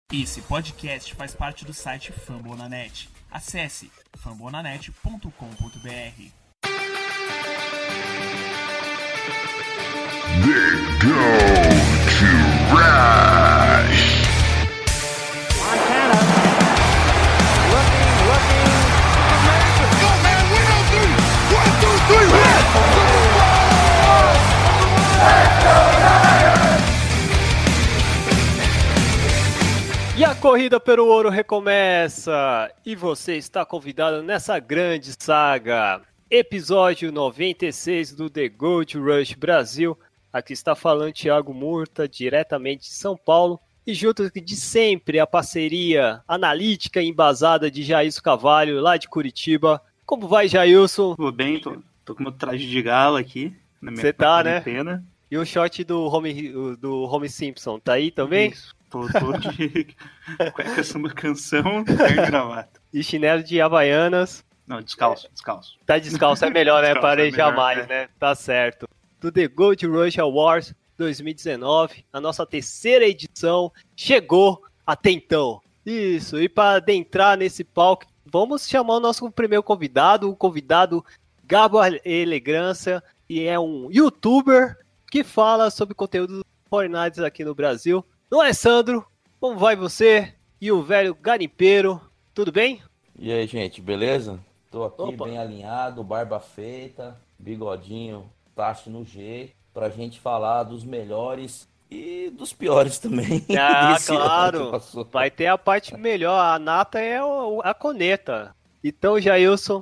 Esse podcast faz parte do site Fambonanet. Acesse fambonanet.com.br. They go to rush. Montana looking. Go, man, 1, 2, 3, hit! E a corrida pelo ouro recomeça, e você está convidado nessa grande saga, episódio 96 do The Gold Rush Brasil. Aqui está falando Thiago Murta, diretamente de São Paulo, e junto de sempre a parceria analítica e embasada de Jailson Carvalho, lá de Curitiba. Como vai, Jailson? Tô bem, tô com meu traje de gala aqui, na minha Você tá, né? quarentena. E o shot do Homer Simpson, tá aí também? Isso. Tô de cueca samba canção, terno e gravata. E chinelo de Havaianas. Não, descalço. Tá descalço, é melhor, né? Descalço Parei é melhor, jamais, né? Tá certo. Do The Gold Rush Awards 2019, a nossa terceira edição chegou até então. Isso, e para adentrar nesse palco, vamos chamar o nosso primeiro convidado, o convidado Gabo Elegância, que é um youtuber que fala sobre conteúdo 49ers aqui no Brasil. Não é, Sandro? Como vai você e o velho garimpeiro? Tudo bem? E aí, gente, beleza? Tô aqui Opa. bem alinhado, barba feita, bigodinho, tacho no G, pra gente falar dos melhores e dos piores também. Ah, desse ano que claro. passou. Vai ter a parte melhor. A nata é a coneta. Então, Jailson,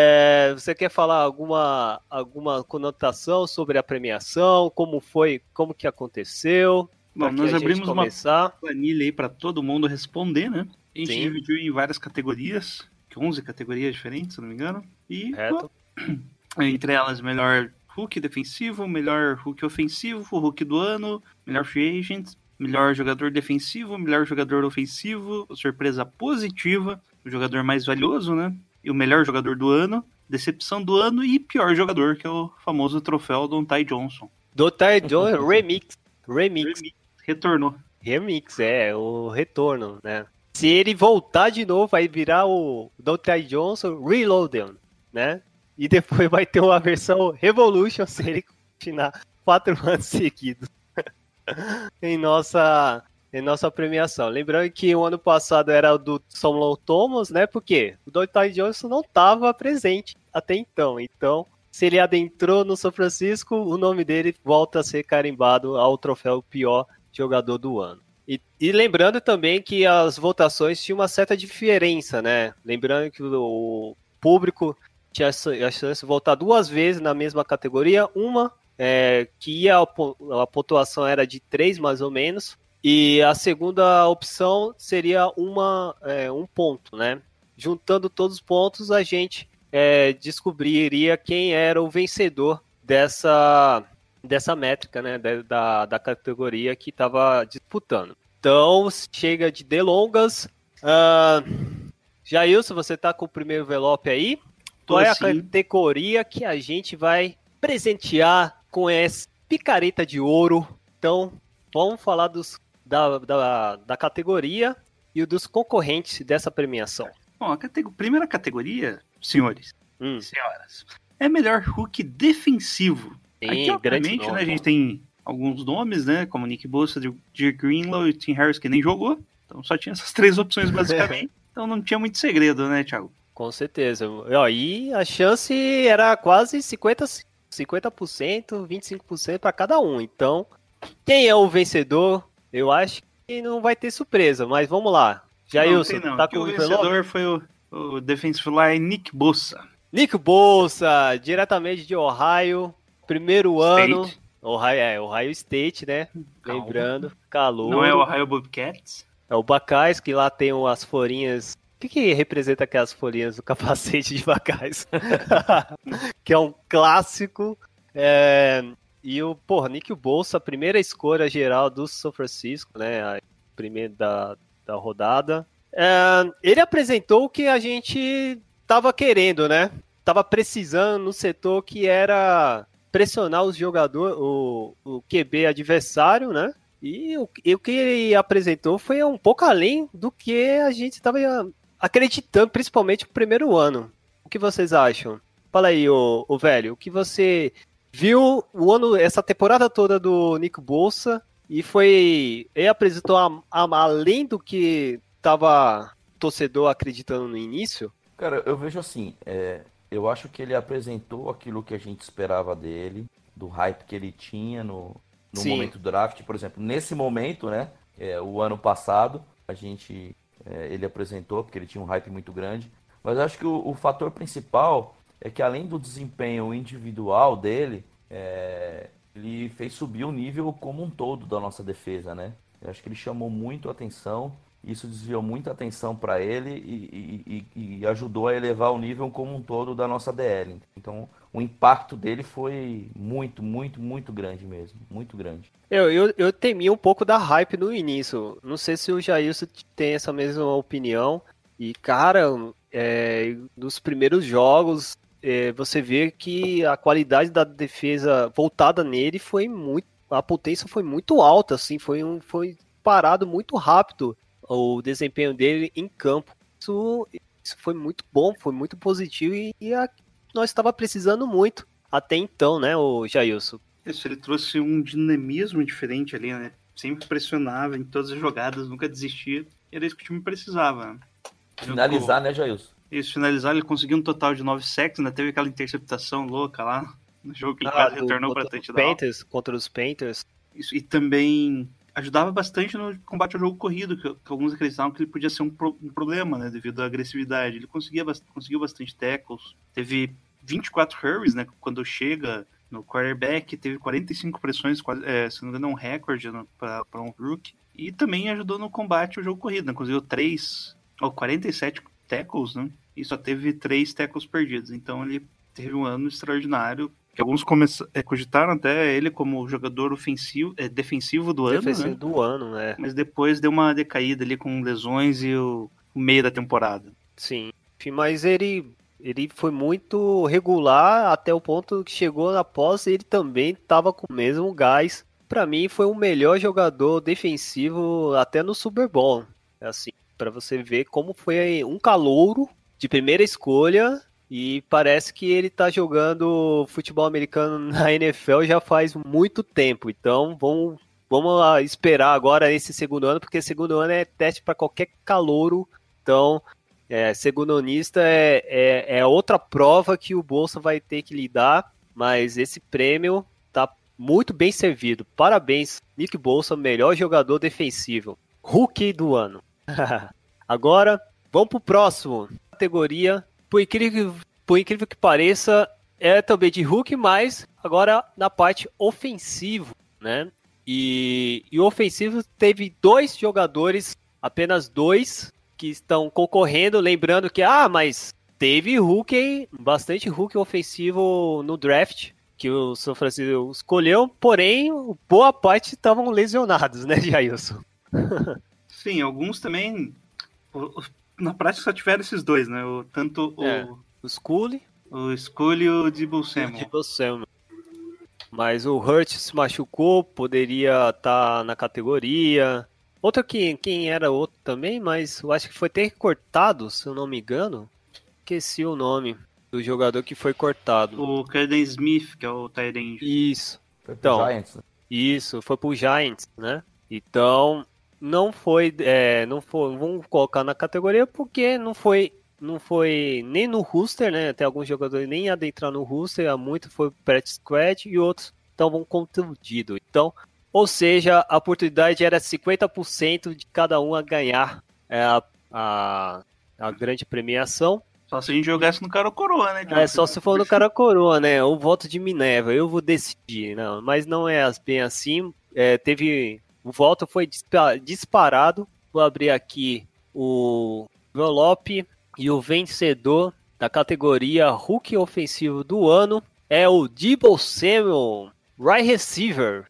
você quer falar alguma conotação sobre a premiação? Como foi? Como que aconteceu? Bom, Pra que nós a gente abrimos uma começar. planilha aí pra todo mundo responder, né? A gente Sim. dividiu em várias categorias, 11 categorias diferentes, se não me engano. E Correto. entre elas, melhor Hulk defensivo, melhor Hulk ofensivo, Hulk do ano, melhor free agent, melhor jogador defensivo, melhor jogador ofensivo, surpresa positiva, o jogador mais valioso, né? E o melhor jogador do ano, decepção do ano e pior jogador, que é o famoso troféu do Ty Johnson. Do Ty Johnson Remix. Retornou. Remix, o retorno, né? Se ele voltar de novo, vai virar o Ty Johnson Reloaded, né? E depois vai ter uma versão Revolution se ele continuar 4 anos seguidos em nossa premiação. Lembrando que o ano passado era o do Solomon Thomas, né? Porque o Ty Johnson não estava presente até então. Então, se ele adentrou no São Francisco, o nome dele volta a ser carimbado ao troféu pior jogador do ano. E lembrando também que as votações tinham uma certa diferença, né? Lembrando que o público tinha a chance de votar 2 vezes na mesma categoria. Uma que a pontuação era de 3 mais ou menos. E a segunda opção seria um ponto, né? Juntando todos os pontos, a gente descobriria quem era o vencedor dessa métrica, né, da categoria que estava disputando. Então, chega de delongas. Jailson, você está com o primeiro envelope aí? Qual é a categoria que a gente vai presentear com essa picareta de ouro? Então, vamos falar da categoria e dos concorrentes dessa premiação. Bom, a primeira categoria, senhores e senhoras, é melhor Hulk defensivo. Aqui, obviamente, né, a gente tem alguns nomes, né, como Nick Bosa, Drew Greenlaw e Tim Harris, que nem jogou. Então só tinha essas 3 opções, basicamente. Então não tinha muito segredo, né, Thiago? Com certeza. E a chance era quase 50%, 25% para cada um. Então, quem é o vencedor? Eu acho que não vai ter surpresa, mas vamos lá. Jailson, não. Tá com o vencedor foi o defensive line Nick Bosa. Nick Bosa, diretamente de Ohio, primeiro ano. Ohio State, né? Calma. Lembrando, calor. Não é o Ohio Bobcats? É o Buckeyes, que lá tem umas folhinhas. O que representa aquelas folhinhas do capacete de Buckeyes? Que é um clássico. E o Nick Bosa, a primeira escolha geral do São Francisco, né? A primeira da rodada. Ele apresentou o que a gente tava querendo, né? Tava precisando no setor, que era pressionar os jogadores, o QB adversário, né? E o que ele apresentou foi um pouco além do que a gente estava acreditando, principalmente no primeiro ano. O que vocês acham? Fala aí, ô velho, o que você viu essa temporada toda do Nick Bosa e ele apresentou além do que estava torcedor acreditando no início? Cara, eu vejo assim, eu acho que ele apresentou aquilo que a gente esperava dele, do hype que ele tinha no Sim. momento do draft. Por exemplo, nesse momento, né, o ano passado, ele apresentou, porque ele tinha um hype muito grande. Mas eu acho que o fator principal é que além do desempenho individual dele, ele fez subir o nível como um todo da nossa defesa, né? Eu acho que ele chamou muito a atenção, isso desviou muita atenção para ele e ajudou a elevar o nível como um todo da nossa DL. Então, o impacto dele foi muito, muito, muito grande mesmo, muito grande. Eu temia um pouco da hype no início. Não sei se o Jailson tem essa mesma opinião. E, cara, nos primeiros jogos, você vê que a qualidade da defesa voltada nele foi muito. A potência foi muito alta, assim, foi parado muito rápido o desempenho dele em campo. Isso foi muito bom, foi muito positivo e nós estava precisando muito até então, né, o Jailson? Isso, ele trouxe um dinamismo diferente ali, né? Sempre pressionava em todas as jogadas, nunca desistia. Era isso que o time precisava. Finalizar, né, Jailson? Isso, finalizar, ele conseguiu um total de 9 sacks, ainda teve aquela interceptação louca lá, no jogo que ele quase retornou para touchdown. Contra os Panthers. Isso, e também ajudava bastante no combate ao jogo corrido, que alguns acreditavam que ele podia ser um problema, né, devido à agressividade. Ele conseguiu bastante tackles, teve 24 hurries, né, quando chega no quarterback, teve 45 pressões, se não me engano é um recorde para um rookie, e também ajudou no combate ao jogo corrido, né, conseguiu 47 tackles, né, e só teve 3 tackles perdidos, então ele teve um ano extraordinário, que alguns cogitaram até ele como jogador defensivo do ano, né? Do ano, né? Mas depois deu uma decaída ali com lesões e o meio da temporada. Sim, mas ele foi muito regular até o ponto que chegou na pós, ele também estava com o mesmo gás. Para mim foi o melhor jogador defensivo até no Super Bowl. Assim, para você ver como foi um calouro de primeira escolha. E parece que ele tá jogando futebol americano na NFL já faz muito tempo. Então vamos esperar agora esse segundo ano, porque segundo ano é teste para qualquer calouro. Então, segundonista é outra prova que o Bolsa vai ter que lidar. Mas esse prêmio tá muito bem servido. Parabéns, Nick Bolsa, melhor jogador defensivo. Rookie do ano. Agora, vamos pro próximo. Categoria. Por incrível que pareça, é também de Hulk, mas agora na parte ofensivo, né? E o ofensivo teve 2 jogadores, apenas 2, que estão concorrendo. Lembrando que, mas teve bastante Hulk ofensivo no draft, que o São Francisco escolheu, porém, boa parte estavam lesionados, né, Jailson? Sim, alguns também... Na prática só tiveram esses 2, né? O Scully. O Scully e o Deebo Samuel. Mas o Hurt se machucou, poderia estar na categoria. Outro quem era outro também, mas eu acho que foi até cortado, se eu não me engano. Esqueci o nome do jogador que foi cortado. O Caden Smith, que é o tight end. Isso. Foi pro Giants, né? Isso, foi pro Giants, né? Então, não foi, vamos colocar na categoria porque não foi nem no roster, né? Até alguns jogadores nem adentrar no roster, muito foi practice squad e outros estavam contundidos. Então, ou seja, a oportunidade era 50% de cada um a ganhar a grande premiação. Só se a gente jogasse no cara ou coroa, né? Só se for no cara ou coroa, né? O voto de Minerva, eu vou decidir. Não, mas não é bem assim. O voto foi disparado. Vou abrir aqui o envelope. E o vencedor da categoria Hulk ofensivo do ano é o Deebo Samuel, right receiver.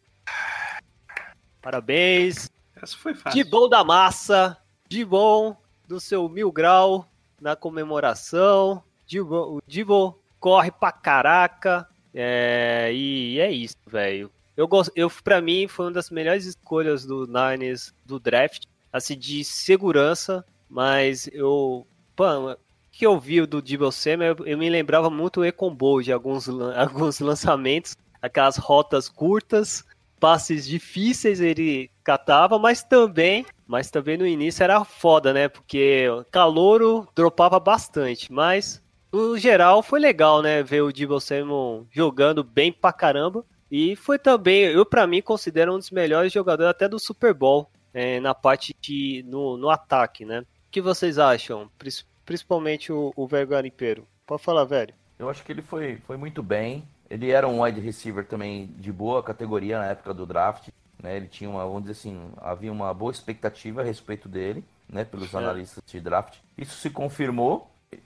Parabéns. Essa foi fácil. Deebo da massa. Deebo do seu 1000 grau na comemoração. O Deebo corre pra caraca. E é isso, velho. Pra mim, foi uma das melhores escolhas do Niners do draft, assim, de segurança, mas o que eu vi do Deebo Samuel, eu me lembrava muito o Ecombo de alguns lançamentos, aquelas rotas curtas, passes difíceis ele catava, mas também no início era foda, né? Porque calouro dropava bastante, mas no geral foi legal, né? Ver o Deebo Samuel jogando bem pra caramba. E foi também, eu pra mim considero um dos melhores jogadores até do Super Bowl, na parte no ataque, né? O que vocês acham? Principalmente o velho garimpeiro. Pode falar, velho. Eu acho que ele foi muito bem. Ele era um wide receiver também de boa categoria na época do draft, né? Ele tinha vamos dizer assim, havia uma boa expectativa a respeito dele, né? Pelos analistas de draft. Isso se confirmou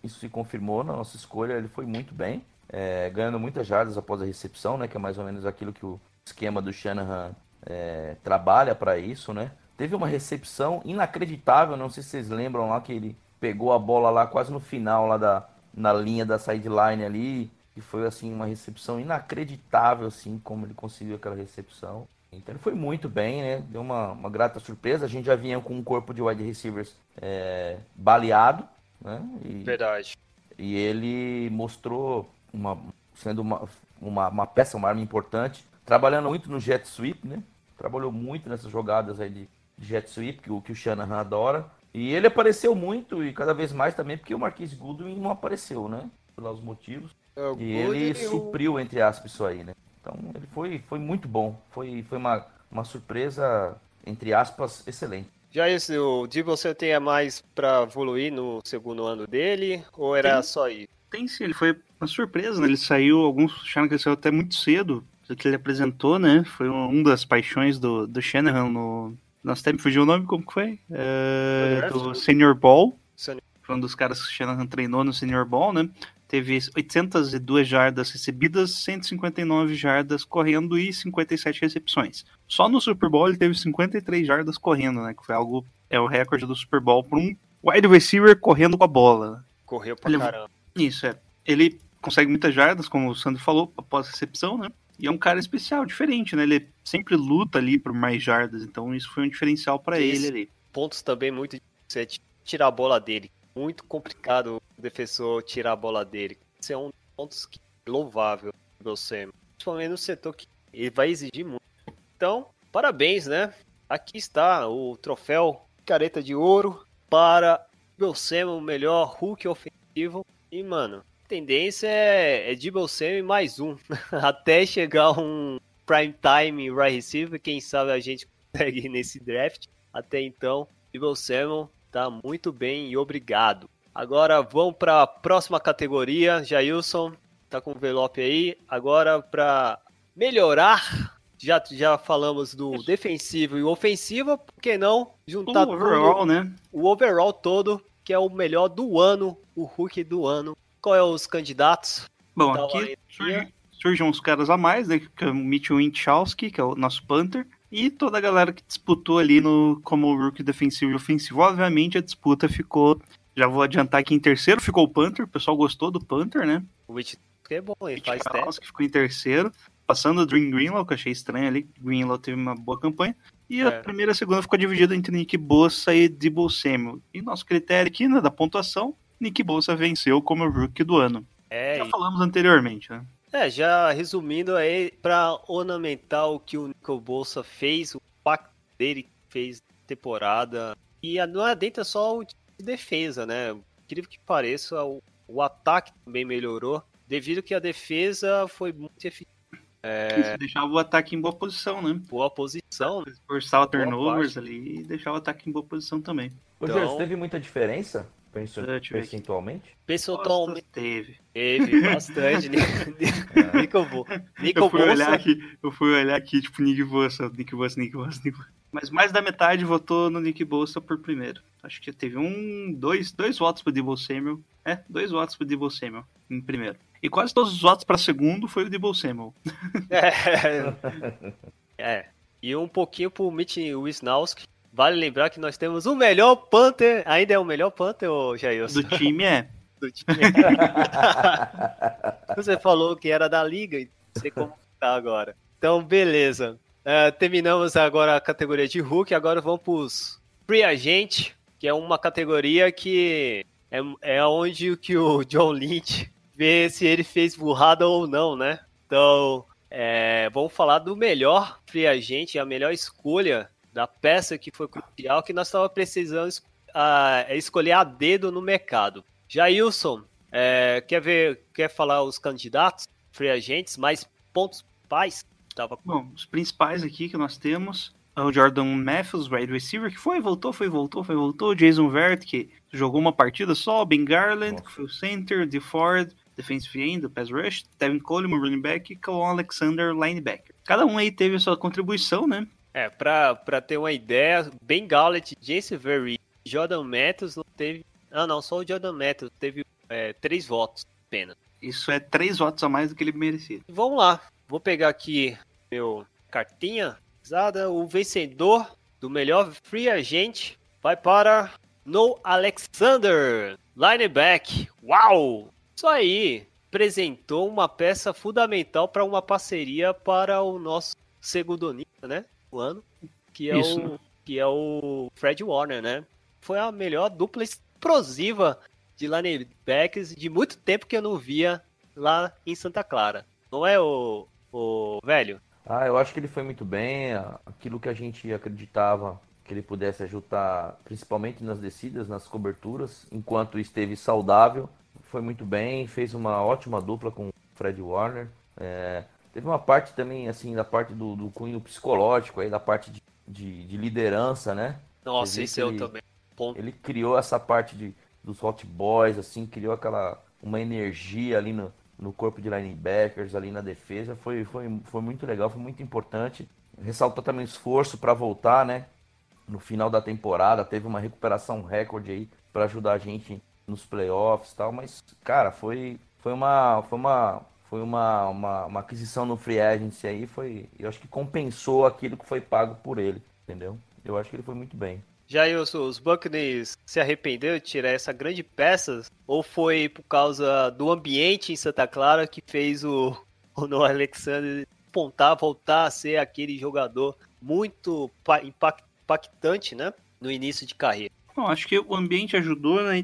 na nossa escolha. Ele foi muito bem, ganhando muitas jardas após a recepção, né? Que é mais ou menos aquilo que o esquema do Shanahan trabalha para isso, né? Teve uma recepção inacreditável, não sei se vocês lembram lá que ele pegou a bola lá quase no final lá na linha da sideline ali, e foi assim uma recepção inacreditável assim como ele conseguiu aquela recepção. Então ele foi muito bem, né? Deu uma grata surpresa. A gente já vinha com um corpo de wide receivers baleado, né? Verdade. E ele mostrou sendo uma peça, uma arma importante, trabalhando muito no jet sweep, né? Trabalhou muito nessas jogadas aí de jet sweep, que o Shanahan adora. E ele apareceu muito e cada vez mais também porque o Marquise Goodwin não apareceu, né? Pelos motivos. E ele supriu, entre aspas, isso aí, né? Então ele foi muito bom. Foi uma surpresa, entre aspas, excelente. Já o Deebo você tem mais pra evoluir no segundo ano dele? Ou era só isso? Tem sim, ele foi uma surpresa, né? Ele saiu, alguns acharam que ele saiu até muito cedo. O que ele apresentou, né? Foi uma das paixões do Shanahan no... Nossa, até me fugiu o nome, como que foi? Do Senior Bowl. Foi um dos caras que o Shanahan treinou no Senior Bowl, né? Teve 802 jardas recebidas, 159 jardas correndo e 57 recepções. Só no Super Bowl ele teve 53 jardas correndo, né? Que foi o recorde do Super Bowl para um wide receiver correndo com a bola. Correu pra caramba. Isso, Ele consegue muitas jardas, como o Sandro falou, após a recepção, né? E é um cara especial, diferente, né? Ele sempre luta ali por mais jardas, então isso foi um diferencial para ele ali. Pontos também muito difíceis, tirar a bola dele. Muito complicado o defensor tirar a bola dele. Isso é um dos pontos louvável do Sam. Principalmente no setor que ele vai exigir muito. Então, parabéns, né? Aqui está o troféu Careta de Ouro para Deebo Samuel, o melhor Hulk ofensivo. E, mano, a tendência é Deebo Samuel mais um. Até chegar um prime time wide receiver. Quem sabe a gente consegue nesse draft. Até então, Deebo Samuel tá muito bem e obrigado. Agora vamos para a próxima categoria. Jailson, tá com o envelope aí. Agora para melhorar, já falamos do defensivo e ofensivo, por que não juntar o overall, tudo, né? O overall todo, que é o melhor do ano, o Hulk do ano. Qual é os candidatos? Bom, aqui surgem uns caras a mais, né? Que é o Mitchell Winchowski, que é o nosso punter. E toda a galera que disputou ali como rookie defensivo e ofensivo. Obviamente a disputa ficou... Já vou adiantar que em terceiro ficou o punter. O pessoal gostou do punter, né? O Witch é bom, ele faz teste. Que ficou em terceiro. Passando o Dream Greenlaw, que eu achei estranho ali. Greenlaw teve uma boa campanha. E a primeira e a segunda ficou dividida entre Nick Bosa e Deebo Samuel. E nosso critério aqui, né, da pontuação, Nick Bosa venceu como rookie do ano. Já falamos anteriormente, né? Já resumindo aí, para ornamentar o que o Nick Bosa fez, o pacto dele que fez na temporada, e não adentra só o de defesa, né? Incrível que pareça, o ataque também melhorou, devido que a defesa foi muito efetiva. Isso, deixava o ataque em boa posição, né? Boa posição. Forçar o turnovers ali e deixar o ataque em boa posição também. Ô, Jorge, teve muita diferença? Percentualmente? Percentualmente teve bastante. Eu fui olhar aqui, tipo, Nick Bosa. Mas mais da metade votou no Nick Bosa por primeiro. Acho que teve dois votos pro Deebo Samuel. 2 votos pro Deebo Samuel em primeiro. E quase todos os votos para segundo foi o Deebo Samuel. E um pouquinho pro Mitch Wisnowski. Vale lembrar que nós temos o melhor punter. Ainda é o melhor punter, ô Jailson? Do time Do time Você falou que era da liga, não sei como tá agora. Então, beleza. Terminamos agora a categoria de Hulk, agora vamos para os Free Agent, que é uma categoria que é onde que o John Lynch vê se ele fez burrada ou não, né? Então, vamos falar do melhor Free Agent, a melhor escolha da peça que foi crucial, que nós estávamos precisando escolher a dedo no mercado. Jailson, quer falar os candidatos, Free Agents, mais pontos principais? Bom, os principais aqui que nós temos é o Jordan Matthews, wide receiver, que voltou. Jason Verrett, que jogou uma partida só. Ben Garland, que foi o center. DeFord, defensive end, pass rush. Tevin Coleman, running back. E Kawan Alexander, linebacker. Cada um aí teve a sua contribuição, né? Pra ter uma ideia, Ben Garland, Jason Verrett, Jordan Matthews não teve... só o Jordan Matthews teve 3 votos apenas. Isso é 3 votos a mais do que ele merecia. Vamos lá, vou pegar aqui meu cartinha. O vencedor do melhor Free Agent vai para Noah Alexander, linebacker. Uau! Isso aí, apresentou uma peça fundamental para uma parceria para o nosso segundanista, né? O ano, que é o Fred Warner, né? Foi a melhor dupla explosiva de linebackers de muito tempo que eu não via lá em Santa Clara. Não é, o velho? Eu acho que ele foi muito bem. Aquilo que a gente acreditava que ele pudesse ajudar, principalmente nas descidas, nas coberturas, enquanto esteve saudável, foi muito bem. Fez uma ótima dupla com o Fred Warner. Teve uma parte também, assim, da parte do cunho psicológico, aí, da parte de liderança, né? Nossa, isso eu também. Ele criou essa parte dos Hot Boys, assim, criou uma energia ali no corpo de linebackers, ali na defesa. Foi muito legal, foi muito importante. Ressaltou também o esforço para voltar, né? No final da temporada, teve uma recuperação recorde aí para ajudar a gente nos playoffs e tal. Mas, cara, foi uma aquisição no Free Agency aí. Eu acho que compensou aquilo que foi pago por ele, entendeu? Eu acho que ele foi muito bem. Os Buccaneers se arrependeram de tirar essa grande peça? Ou foi por causa do ambiente em Santa Clara que fez o Noah Alexander voltar a ser aquele jogador muito impactante, né? No início de carreira? Bom, acho que o ambiente ajudou, né?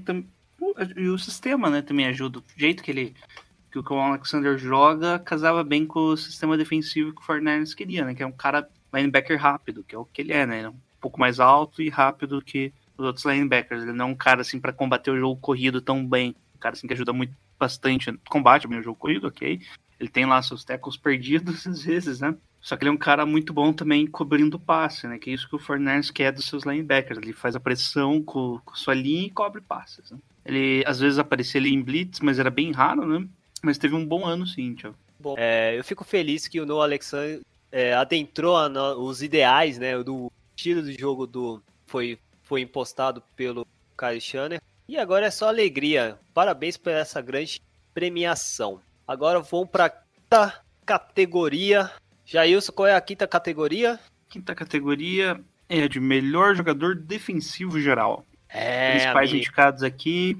E o sistema, né, também ajuda. O jeito que o Alexander joga casava bem com o sistema defensivo que o 49ers queria, né? Que é um cara linebacker rápido, que é o que ele é, né? Um pouco mais alto e rápido que os outros linebackers. Ele não é um cara assim para combater o jogo corrido tão bem. Um cara assim que ajuda bastante, combate bem o jogo corrido, ok? Ele tem lá seus tackles perdidos às vezes, né? Só que ele é um cara muito bom também cobrindo o passe, né? Que é isso que o 49ers quer dos seus linebackers. Ele faz a pressão com sua linha e cobre passes, né? Ele às vezes aparecia ali em blitz, mas era bem raro, né? Mas teve um bom ano sim, Thiago. Bom, eu fico feliz que o Noah Alexander adentrou os ideais, né, do estilo de jogo foi impostado pelo Kyle Shanahan. E agora é só alegria. Parabéns por essa grande premiação. Agora vamos para a quinta categoria. Jailson, qual é a quinta categoria? Quinta categoria é a de melhor jogador defensivo geral. Principais indicados aqui.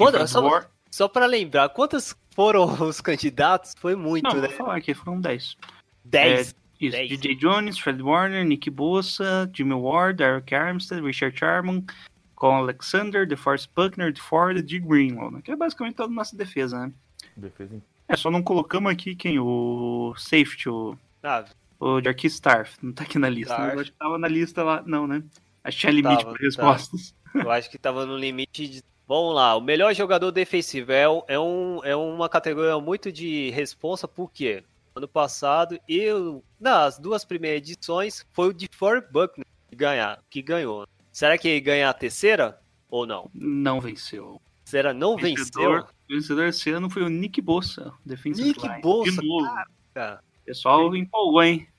Só para lembrar, quantos foram os candidatos? Foi muito, né? Vou falar aqui, foram 10. 10? Isso, 10. DJ Jones, Fred Warner, Nick Bosa, Jimmy Ward, Eric Armstead, Richard Sherman, Colin Alexander, DeForest Buckner, DeFord e D. Greenlaw, né? Que é basicamente toda a nossa defesa, né? Defesa. Só não colocamos aqui quem? O safety, o Jarquis Starf. Não tá aqui na lista. Eu acho que tava na lista lá. Não, né? Acho que tinha limite para respostas. Eu acho que tava no limite de... Vamos lá, o melhor jogador defensivo é uma categoria muito de responsa, por quê? Ano passado, nas 2 primeiras edições, foi o DeForest Buckner que ganhou. Será que ele ganha a terceira ou não? Não venceu. Será não venceu? O vencedor esse ano foi o Nick Bosa, defensive line. Nick Bosa, de novo. Cara. O pessoal empolgou, hein?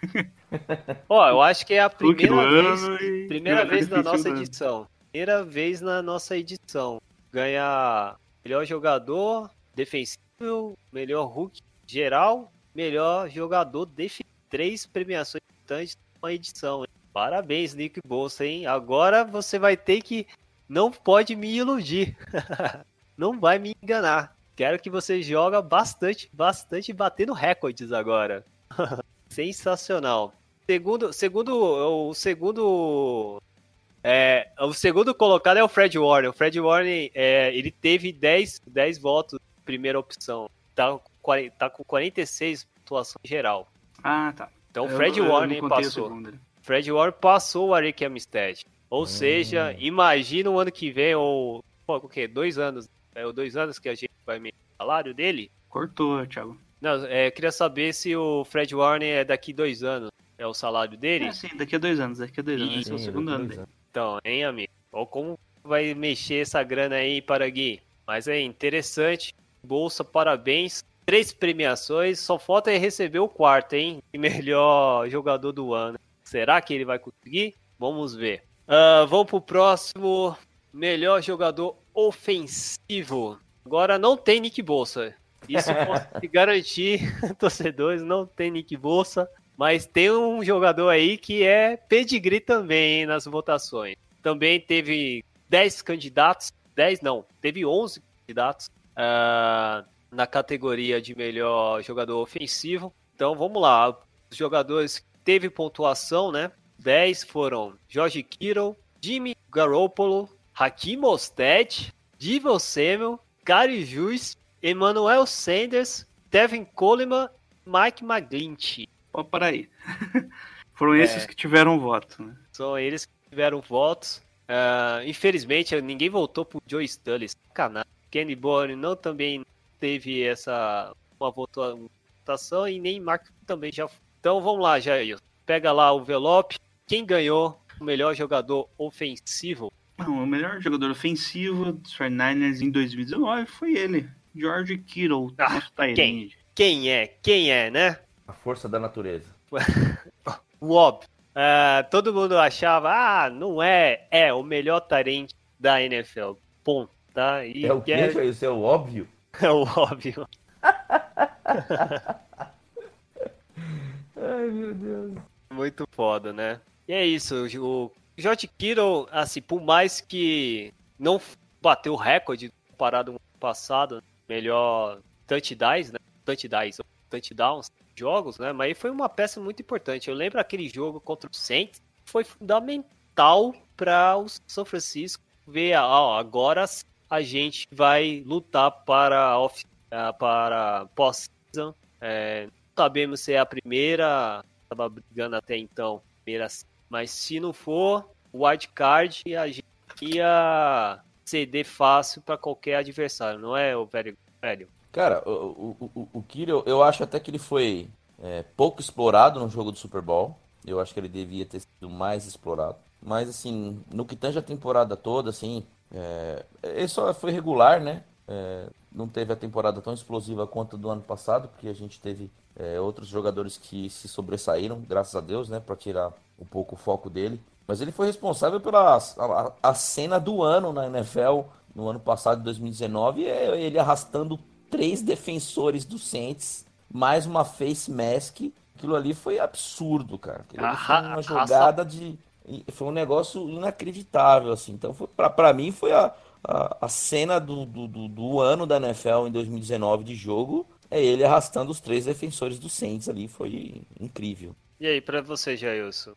Eu acho que é a primeira vez na nossa edição. Primeira vez na nossa edição. Ganha melhor jogador defensivo, melhor Hulk geral, melhor jogador defensivo. 3 premiações importantes na edição, hein? Parabéns, Nick Bosa, hein? Agora você vai ter que... Não pode me iludir. Não vai me enganar. Quero que você joga bastante batendo recordes agora. Sensacional. O segundo colocado é o Fred Warner. O Fred Warner, ele teve 10 votos primeira opção. Tá com 46 pontuação geral. Ah, tá. Então o Fred Warner passou. Fred Warner passou o Arik Armstead. Ou seja, imagina o ano que vem, ou o quê? 2 anos. É o 2 anos que a gente vai medir o salário dele? Cortou, Thiago. Não, queria saber se o Fred Warner é daqui 2 anos. É o salário dele? Sim, daqui a 2 anos. Esse é o segundo ano dele. Então, hein, amigo? Ou como vai mexer essa grana aí, Paragui? Mas é interessante. Bolsa, parabéns. 3 premiações. Só falta ele receber o quarto, hein? De melhor jogador do ano. Será que ele vai conseguir? Vamos ver. Vamos pro próximo. Melhor jogador ofensivo. Agora não tem Nick Bolsa. Isso eu posso te garantir, torcedores. Não tem Nick Bolsa. Mas tem um jogador aí que é pedigree também, hein, nas votações. Também teve 10 candidatos. 10 não, teve 11 candidatos na categoria de melhor jogador ofensivo. Então vamos lá. Os jogadores que teve pontuação, né? 10 foram George Kittle, Jimmy Garoppolo, Hakeem Mostert, Deebo Samuel, Gary Juice, Emmanuel Sanders, Tevin Coleman, Mike McGlinchey. Pode parar aí. Foram esses que tiveram voto, né? São eles que tiveram votos. Infelizmente, ninguém votou por Joe Stanley. Sacanagem. Kenny Bourne não também teve uma votação e nem Mark também já foi. Então vamos lá, Jair. Pega lá o envelope. Quem ganhou o melhor jogador ofensivo? Não, o melhor jogador ofensivo dos 49ers em 2019 foi ele, George Kittle. Quem é, né? A força da natureza. O óbvio. Todo mundo achava, não é o melhor talento da NFL. Ponto, tá? E é o quê, Jair? Isso é o óbvio? É o óbvio. Ai, meu Deus. Muito foda, né? E é isso, o George Kittle, assim, por mais que não bateu o recorde comparado ao ano passado, melhor touchdowns, né? Touchdowns, jogos, né? Mas foi uma peça muito importante. Eu lembro aquele jogo contra o Saints, foi fundamental para o São Francisco ver, agora a gente vai lutar para pós-season. Não sabemos se é a primeira, estava brigando até então, mas se não for, o wildcard, a gente ia ceder fácil para qualquer adversário, não é, o velho? Cara, o Kittle, eu acho até que ele foi pouco explorado no jogo do Super Bowl. Eu acho que ele devia ter sido mais explorado. Mas, assim, no que tange a temporada toda, assim, ele só foi regular, né? Não teve a temporada tão explosiva quanto a do ano passado, porque a gente teve outros jogadores que se sobressaíram, graças a Deus, né? Para tirar um pouco o foco dele. Mas ele foi responsável pela a cena do ano na NFL no ano passado, 2019, ele arrastando 3 defensores do Saints, mais uma face mask. Aquilo ali foi absurdo, cara. Aquilo ali foi uma jogada foi um negócio inacreditável, assim. Então, pra mim, foi a cena do ano da NFL em 2019 de jogo. É ele arrastando os 3 defensores do Saints ali. Foi incrível. E aí, pra você, Jailson?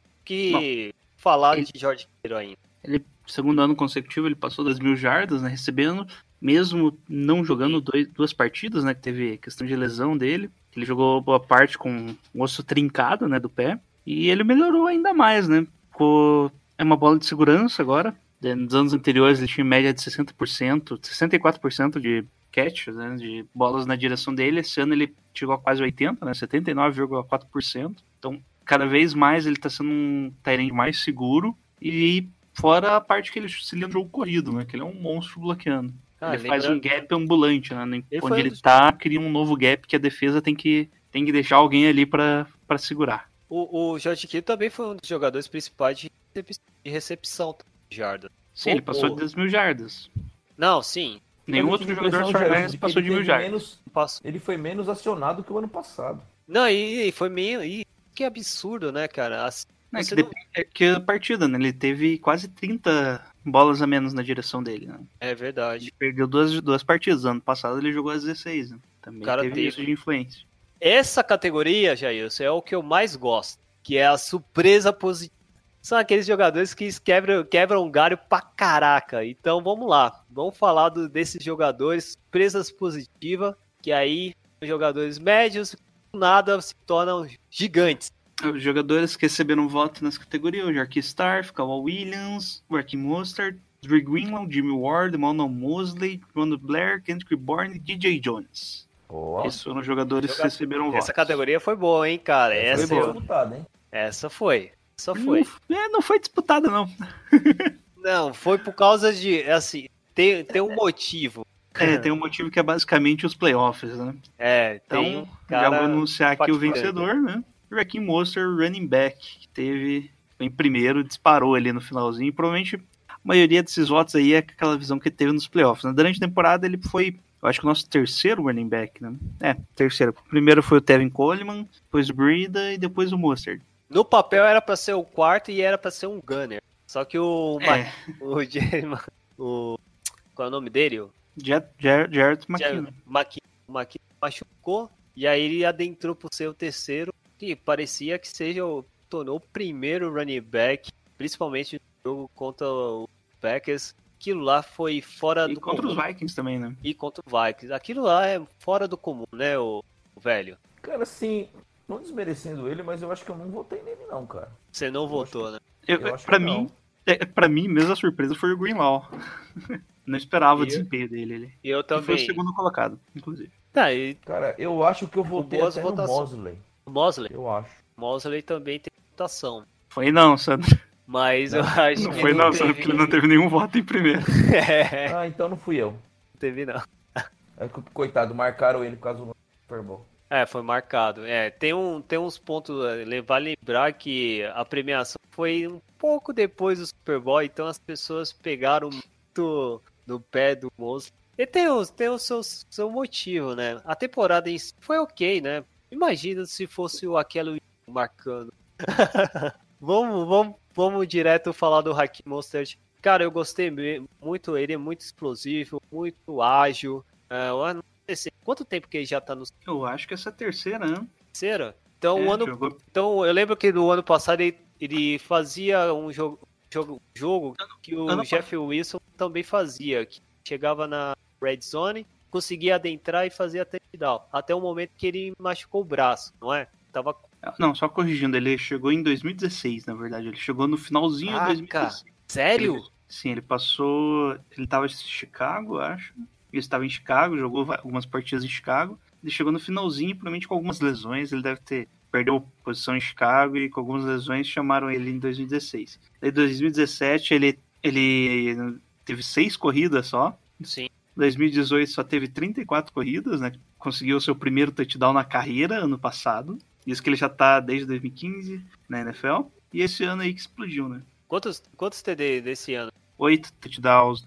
Falar de George Kittle ainda? Ele, segundo ano consecutivo, ele passou das 1.000 jardas, né? Recebendo, mesmo não jogando 2 partidas, né? Que teve questão de lesão dele. Ele jogou boa parte com o osso trincado, né? Do pé. E ele melhorou ainda mais, né? É uma bola de segurança agora. Nos anos anteriores ele tinha média de 60%, 64% de catches, né? De bolas na direção dele. Esse ano ele chegou a quase 80%, né? 79,4%. Então, cada vez mais ele está sendo um tight end mais seguro. E fora a parte que ele auxilia no jogo corrido, né? Que ele é um monstro bloqueando. Ele faz um gap ambulante, né? Onde ele tá, cria um novo gap que a defesa tem que deixar alguém ali para segurar. O George Kittle também foi um dos jogadores principais de recepção de jardas. Sim, ele passou de 1.000 jardas. Não, sim. Nenhum outro jogador dos 49ers passou de 1.000 jardas. Ele foi menos acionado que o ano passado. Não, e foi meio... Que absurdo, né, cara? Que a partida, né? Ele teve quase 30 bolas a menos na direção dele, né? É verdade. Ele perdeu duas partidas. Ano passado ele jogou as 16, né? Também teve isso de influência. Essa categoria, Jailson, é o que eu mais gosto, que é a surpresa positiva. São aqueles jogadores que quebram um galho pra caraca. Então vamos lá, vamos falar desses jogadores, surpresas positivas, que aí os jogadores médios, do nada, se tornam gigantes. Os jogadores que receberam voto nessa categoria, o Jarquis Starf, Kawhi Williams, Raheem Mostert, Dre Greenlaw, Jimmy Ward, Emmanuel Mosley, Ronald Blair, Kendrick Bourne e DJ Jones. Ó, Esses foram os jogadores que receberam voto. Essa categoria foi boa, hein, cara? foi Essa, bem disputado, hein? essa foi. Essa foi. Não foi disputada, não. Não, foi por causa de, assim, tem um motivo. Tem um motivo que é basicamente os playoffs, né? Tem Então, um já cara vou anunciar aqui o impactante. vencedor, né? Raheem Mostert, running back, que foi em primeiro, disparou ali no finalzinho. Provavelmente a maioria desses votos aí é aquela visão que teve nos playoffs, né? Durante a temporada ele foi, eu acho que o nosso terceiro running back, né? Terceiro. O primeiro foi o Tevin Coleman, depois o Breida e depois o Mostert. No papel era pra ser o quarto e era pra ser um gunner. Só que o Jerry, qual é o nome dele? Jarrett McKinnon. McKinnon machucou e aí ele adentrou por ser o terceiro, que parecia que tornou o primeiro running back, principalmente no jogo contra o Packers. Aquilo lá foi fora do contra comum. os Vikings também, né? E contra o Vikings. Aquilo lá é fora do comum, né, o velho? Cara, assim, não desmerecendo ele, mas eu acho que eu não votei nele não, cara. Você não votou, né? Eu acho Pra que mim, não. pra mim, mesmo a surpresa foi o Greenlaw. Não esperava o E eu- desempenho dele. E eu E foi o também. segundo colocado, inclusive. Tá, e Cara, eu acho que eu votei Boas até no votações. Mosley. o Mosley. Eu acho. Mosley também tem votação. Foi não, Sandro. Mas eu acho Não que foi não, teve... Sandro, porque ele não teve nenhum voto em primeiro. É, Ah, então não fui eu. não teve não. É que, coitado, marcaram ele por causa do Super Bowl. Foi marcado. Tem uns pontos. Vale lembrar que a premiação foi um pouco depois do Super Bowl, então as pessoas pegaram muito no pé do Mosley. E tem o seu motivo, né? A temporada em si foi ok, né? Imagina se fosse o aquele marcando. Vamos direto falar do Raheem Mostert. Cara, eu gostei muito. Ele é muito explosivo, muito ágil. Eu não sei quanto tempo que ele já tá no Eu acho que essa é a terceira, né? terceiro? Então, Jogou. então eu lembro que no ano passado ele fazia um jogo que o Ano Jeff Wilson também fazia, que chegava na red zone, conseguia adentrar e fazia touchdown, até o momento que ele machucou o braço, não é? Tava Não, só corrigindo, ele chegou em 2016, na verdade. Ele chegou no finalzinho de 2016. sério? Sim, ele passou. Ele tava em Chicago, acho. Ele estava em Chicago, jogou algumas partidas em Chicago. Ele chegou no finalzinho, provavelmente com algumas lesões. Ele deve ter perdeu posição em Chicago e com algumas lesões chamaram ele em 2016. Em 2017 ele teve 6 corridas só. Sim. Em 2018 só teve 34 corridas, né? Conseguiu o seu primeiro touchdown na carreira ano passado. Isso que ele já tá desde 2015 na NFL. E esse ano aí que explodiu, né? Quantos TD desse ano? 8 touchdowns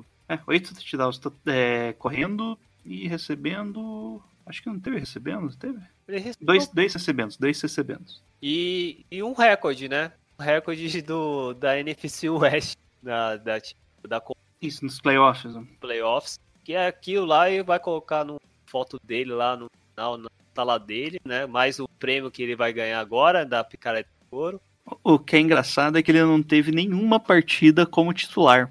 8 touchdowns correndo e recebendo. Acho que não teve recebendo, teve? Ele recebeu- Dois recebendo. E um recorde, né? Um recorde da NFC West, da Isso, nos playoffs. Né? playoffs, que é aquilo lá e vai colocar no foto dele lá no tela dele, né? Mais o prêmio que ele vai ganhar agora da picareta de ouro. O que é engraçado é que ele não teve nenhuma partida como titular.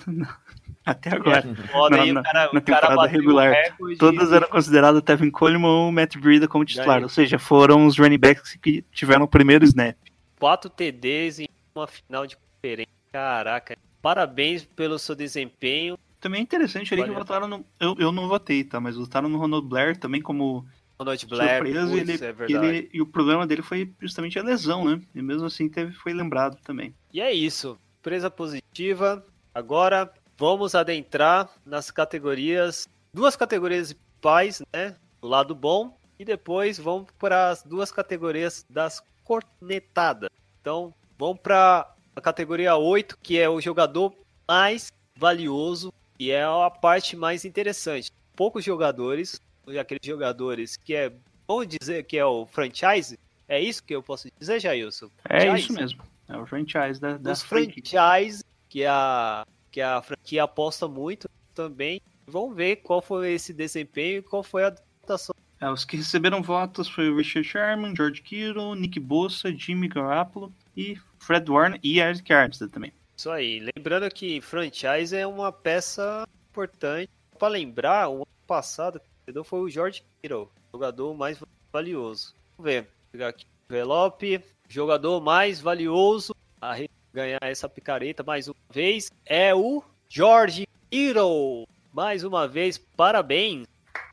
Até agora. Foda aí, Na o cara temporada bateu regular. o recorde. Todas eram consideradas Tevin Coleman ou Matt Breida como titular. Ganhei. Ou seja, foram os running backs que tiveram o primeiro snap. 4 TDs em uma final de conferência. Caraca, parabéns pelo seu desempenho. Também é interessante ali que Valeu. votaram no. Eu não votei, tá? Mas votaram no Ronald Blair também como Ronald Blair, surpresa. putz, é verdade. E o problema dele foi justamente a lesão, né? E mesmo assim foi lembrado também. E é isso, surpresa positiva. Agora vamos adentrar nas categorias, 2 categorias principais, né? Do lado bom, e depois vamos para as 2 categorias das cornetadas. Então, vamos para a categoria 8, que é o jogador mais valioso, e é a parte mais interessante. Poucos jogadores, aqueles jogadores que vamos dizer que é o franchise, é isso que eu posso dizer, Jailson? É Franchise? isso mesmo. É o franchise da Dos franquia. franchise que a franquia aposta muito também. Vamos ver qual foi esse desempenho e qual foi a votação Os que receberam votos foi o Richard Sherman, George Kittle, Nick Bosa, Jimmy Garoppolo e Fred Warner e Eric Armstead também. Isso aí. Lembrando que franchise é uma peça importante. Para lembrar, o ano passado foi o George Kittle, jogador mais valioso. Vamos ver. Vou pegar aqui o envelope. Jogador mais valioso a ganhar essa picareta mais uma vez é o George Kittle. Mais uma vez, parabéns.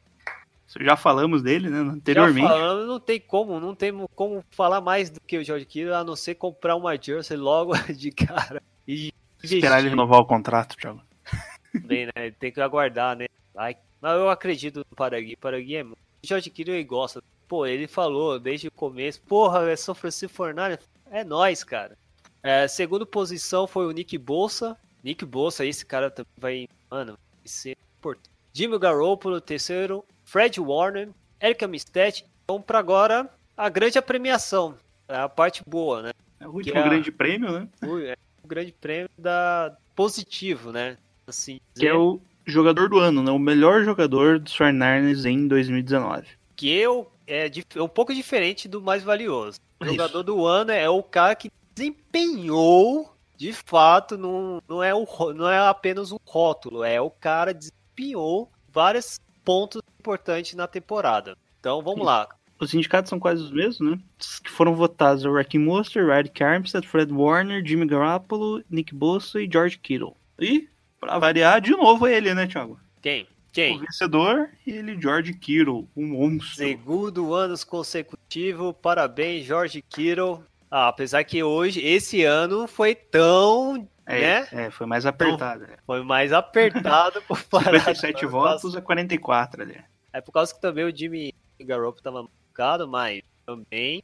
Já falamos dele, né, anteriormente. Já falamos, não tem como falar mais do que o George Kittle, a não ser comprar uma jersey logo de cara e esperar ele renovar o contrato, Thiago. Bem, né? Tem que aguardar, né? Mas eu acredito no Paragui. Paragui é... O George Kittle gosta. Pô, ele falou desde o começo. Porra, é São Francisco 49ers. É nóis, cara. Segunda posição foi o Nick Bosa. Nick Bosa, esse cara também vai... Mano, vai ser importante. Jimmy Garoppolo, terceiro. Fred Warner. Eric Armstead. Então, pra agora, a grande premiação. É a parte boa, né? É o último grande prêmio, né? O grande prêmio da positivo, né? Assim, que é o jogador do ano, né? O melhor jogador dos 49ers em 2019. Que é um pouco diferente do mais valioso. O jogador do ano é o cara que desempenhou, de fato, não é apenas um rótulo, é o cara que desempenhou vários pontos importantes na temporada. Então, vamos lá. Os sindicatos são quase os mesmos, né? Os que foram votados é o Raheem Mostert, Eric Armstead, Fred Warner, Jimmy Garoppolo, Nick Bosa e George Kittle. E, pra variar, de novo ele, né, Thiago? Quem? O vencedor, ele, George Kittle, um monstro. Segundo ano consecutivo, parabéns, George Kittle. Apesar que esse ano foi tão... né? Foi mais apertado. Foi mais apertado por 57 votos a 44 ali. É por causa que também o Jimmy Garoppolo estava machucado, mas também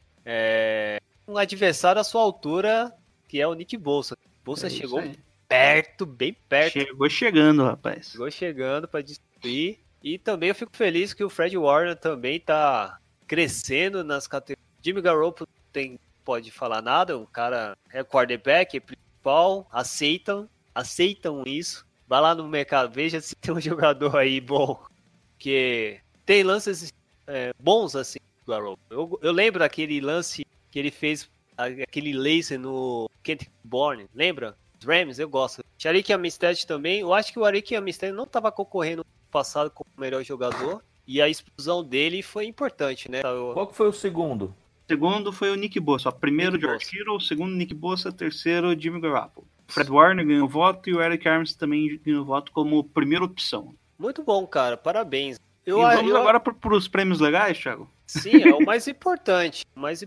um adversário à sua altura, que é o Nick Bosa. Bosa chegou perto, bem perto. Chegou chegando, rapaz. Chegou chegando para destruir. E também eu fico feliz que o Fred Warner também tá crescendo nas categorias. Jimmy Garoppolo pode falar nada, o cara é quarterback, é principal, aceitam isso. Vai lá no mercado, veja se tem um jogador aí bom, que tem lances bons assim, Garoppolo. Eu lembro daquele lance que ele fez, aquele laser no Kentucky Bourne, lembra? Os Rams, eu gosto. Arik Armstead também, eu acho que o Arik Armstead não estava concorrendo no passado como o melhor jogador, e a explosão dele foi importante, né? Qual que foi o segundo? O segundo foi o Nick Bosa. Primeiro, George Kittle. O segundo, Nick Bosa. Terceiro, Jimmy Garoppolo. Fred Warner ganhou voto e o Eric Armstead também ganhou voto como primeira opção. Muito bom, cara. Parabéns. Vamos agora para os prêmios legais, Thiago? Sim, é o mais importante. Vamos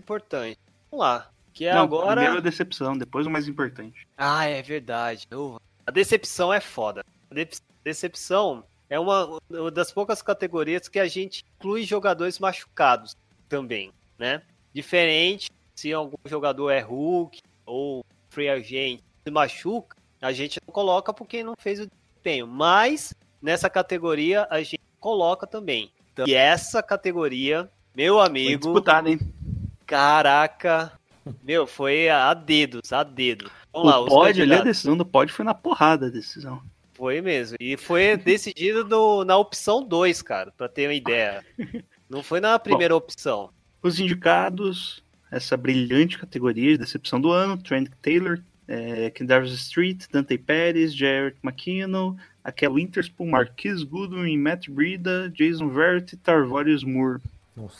lá. Que é agora... Primeiro a decepção, depois o mais importante. Ah, é verdade. A decepção é foda. A decepção é uma das poucas categorias que a gente inclui jogadores machucados também, né? Diferente, se algum jogador é Hulk ou free agent se machuca, a gente não coloca porque não fez o desempenho. Mas, nessa categoria, a gente coloca também. Então, e essa categoria, meu amigo... Foi disputada, hein? Caraca... Meu, foi a dedos. Vamos lá, a decisão do pódio foi na porrada a decisão. Foi mesmo. E foi decidido na opção 2, cara, pra ter uma ideia. Não foi na primeira opção. Os indicados, essa brilhante categoria de decepção do ano, Trent Taylor, Kendarius Street, Dante Pérez, Jarrett McKinnon, Akel Witherspoon, Marquise Goodwin, Matt Breida, Jason Verrett e Tarvarius Moore. Nossa.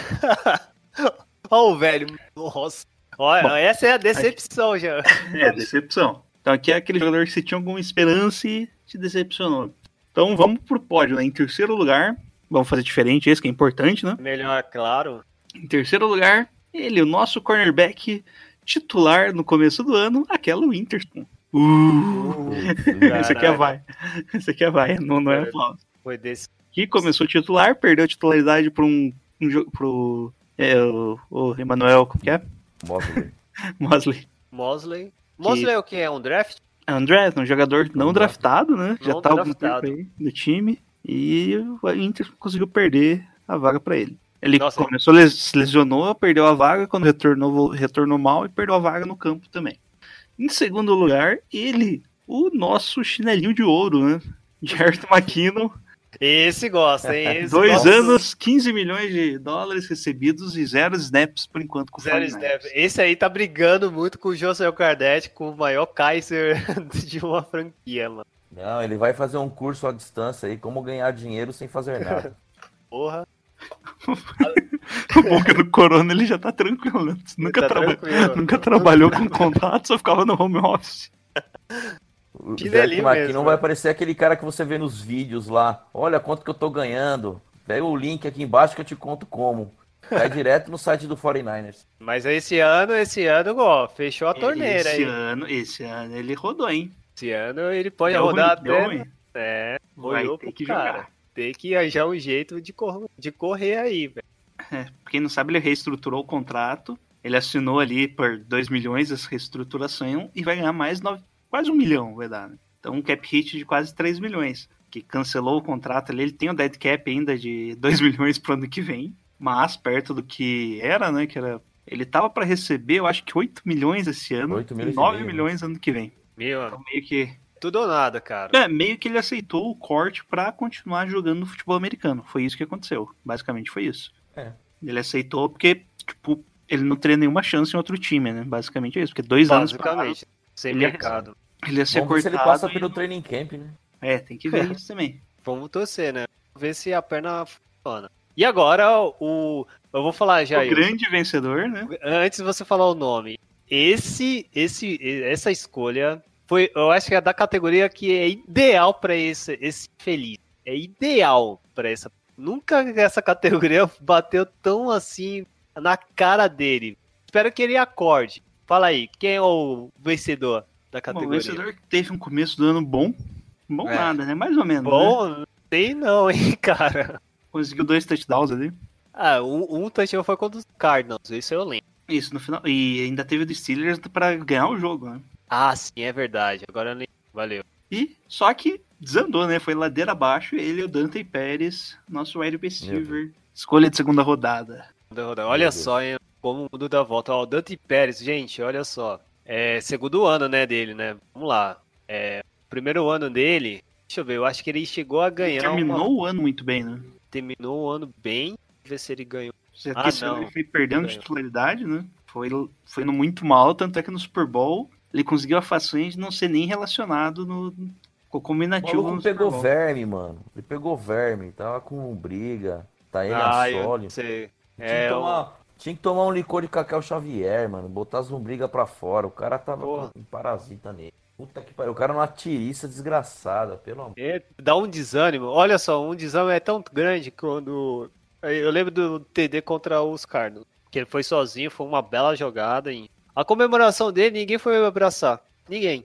Ó, velho, nossa. Olha, essa é a decepção já. Decepção. Então aqui é aquele jogador que você tinha alguma esperança e te decepcionou. Então vamos pro pódio, né? Em terceiro lugar, vamos fazer diferente, esse que é importante, né? Melhor, claro. Em terceiro lugar, ele, o nosso cornerback titular no começo do ano, Akel Witherspoon. Esse aqui é vai, não é falso. Foi desse. Que começou titular, perdeu a titularidade pro o Emmanuel, como que é? Mosley é o que? É um draft? É um draft, um jogador não draftado, né? Já tá algum tempo aí no time. E o Inter conseguiu perder a vaga pra ele. Ele começou, se lesionou, perdeu a vaga, quando retornou mal e perdeu a vaga no campo também. Em segundo lugar, ele, o nosso chinelinho de ouro, né? Jarrett McKinnon. Esse gosta, hein? Esse 2 gosta. anos, 15 milhões de dólares recebidos e 0 snaps por enquanto com o Zero 49ers. snap. Esse aí tá brigando muito com o José Kardec, com o maior Kaiser de uma franquia, mano. Não, ele vai fazer um curso à distância aí, como ganhar dinheiro sem fazer nada. Porra. O bom que no Corona ele já tá tranquilo, né? Tá tranquilo. Nunca trabalhou com contrato, só ficava no home office. O Que Jack delícia McKinnon mesmo, vai né? parecer aquele cara que você vê nos vídeos lá. Olha quanto que eu tô ganhando. Pega o link aqui embaixo que eu te conto como. Cai direto no site do 49ers. Mas esse ano, ó, fechou a torneira aí. Esse ano ele rodou, hein? Esse ano ele pode Deu rodar ruim, deu até. ruim. Vai Olhou ter pro que cara. jogar. Tem que achar um jeito de correr aí, velho. Pra quem não sabe, ele reestruturou o contrato. Ele assinou ali por 2 milhões essa reestruturação e vai ganhar mais quase 1 milhão, vai dar, né? Então um cap hit de quase 3 milhões. Que cancelou o contrato ali. Ele tem o dead cap ainda de 2 milhões pro ano que vem. Mas perto do que era, né? Que era. Ele tava pra receber, eu acho que 8 milhões esse ano 8 e milhões e 9 meio, milhões ano que vem. Meu, Então meio que. tudo ou nada, cara. Meio que ele aceitou o corte pra continuar jogando no futebol americano. Foi isso que aconteceu. Basicamente foi isso. É. Ele aceitou porque, tipo, ele não teria nenhuma chance em outro time, né? Basicamente é isso. Porque 2 anos pra lá, Basicamente. Sem ele mercado. ele ia ser Vamos ver se cortado. ele passa e pelo não- training camp, né? Tem que ver isso também. Vamos torcer, né? Vamos ver se a perna funciona. E agora, eu vou falar já. O grande vencedor, né? Antes de você falar o nome. Essa escolha foi, eu acho que é da categoria que é ideal pra esse feliz. É ideal pra essa. Nunca essa categoria bateu tão assim na cara dele. Espero que ele acorde. Fala aí, quem é o vencedor da Bom, o categoria? vencedor que teve um começo do ano bom. Bom É. nada, né? Mais ou menos. Né? Bom, não sei não, hein, cara. Conseguiu 2 touchdowns ali. Ah, um touchdown foi contra os Cardinals, isso eu lembro. Isso, no final. E ainda teve o do Steelers pra ganhar o jogo, né? Ah, sim, é verdade. Agora eu lembro. Valeu. E só que desandou, né? Foi ladeira abaixo. Ele e o Dante Pérez, nosso wide Meu receiver. Escolha de segunda rodada. Olha Meu só, hein, como o mundo dá volta. Ó, o Dante Pérez, gente, olha só. É segundo ano, né, dele, né? Vamos lá. Primeiro ano dele, deixa eu ver, eu acho que ele chegou a ganhar. Terminou o ano muito bem, né? Terminou o ano bem. Deixa eu ver se ele ganhou. Você Ah, esse ano não. ele foi perdendo Ganhou. titularidade, né? Foi no muito mal, tanto é que no Super Bowl ele conseguiu a façanha de não ser nem relacionado com o O combinativo maluco no Super pegou Bowl. verme, mano. Ele pegou verme, tava com briga. Tá ele Eu sólio. não sei. Tinha que tomar um licor de Cacau Xavier, mano. Botar as lombrigas pra fora. O cara tava Porra. com um parasita nele. Puta que pariu. O cara numa tiriça desgraçada, pelo amor. Dá um desânimo. Olha só, um desânimo é tão grande quando. Eu lembro do TD contra os Cardinals. Que ele foi sozinho, foi uma bela jogada. A comemoração dele, ninguém foi abraçar. Ninguém.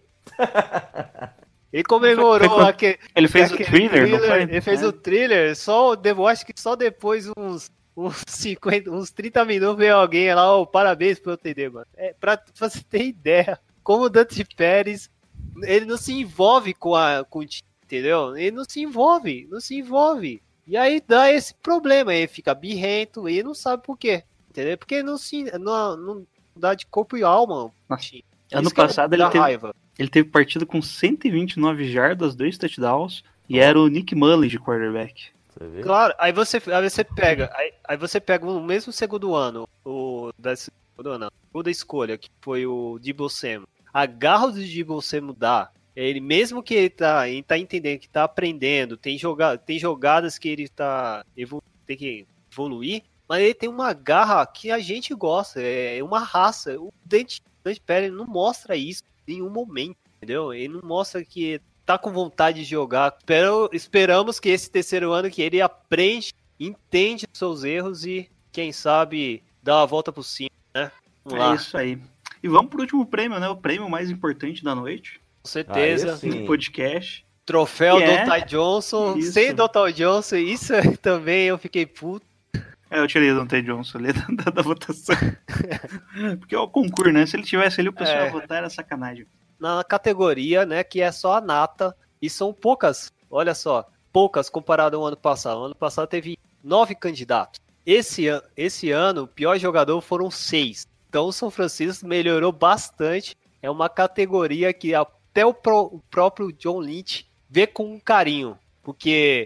Ele comemorou Foi- aquele. Ele fez o aquele thriller, não foi? Ele fez É. o thriller, eu acho que só depois uns 50, uns 30 minutos veio alguém lá, parabéns pelo TD, mano. Pra você ter ideia, como o Dante Pérez, ele não se envolve com o time, entendeu? Ele não se envolve. E aí dá esse problema, ele fica birrento e não sabe por quê, entendeu? Porque não dá de corpo e alma. Nossa, Isso ano que passado dá ele teve, raiva. ele teve partida com 129 jardas, 2 touchdowns, e era o Nick Mullins de quarterback. Você vê? Claro, aí você pega, aí você pega no mesmo segundo ano, o da escolha, que foi o Deebo Samuel. A garra do Deebo Samuel dá. Ele, mesmo que ele tá entendendo, que tá aprendendo, tem jogadas que ele tem que evoluir, mas ele tem uma garra que a gente gosta, é uma raça. O Dante Pérez não mostra isso em nenhum momento, entendeu? Ele não mostra que tá com vontade de jogar. Esperamos que esse terceiro ano que ele aprende, entende os seus erros e, quem sabe, dá uma volta por cima, né? Vamos lá, Isso aí. E vamos pro último prêmio, né? O prêmio mais importante da noite. com certeza. Aí sim. Do podcast. Troféu Que é? Dante Johnson, Isso. sem Dante Johnson, isso também eu fiquei puto. Eu tirei o Dante Johnson ali da votação. Porque é o concurso, né? Se ele tivesse ali, o pessoal ia votar, era sacanagem. Na categoria, né, que é só a nata, e são poucas, olha só, poucas comparado ao ano passado. O ano passado teve 9 candidatos. Esse ano, o pior jogador foram 6. Então o São Francisco melhorou bastante. É uma categoria que até o próprio John Lynch vê com carinho, porque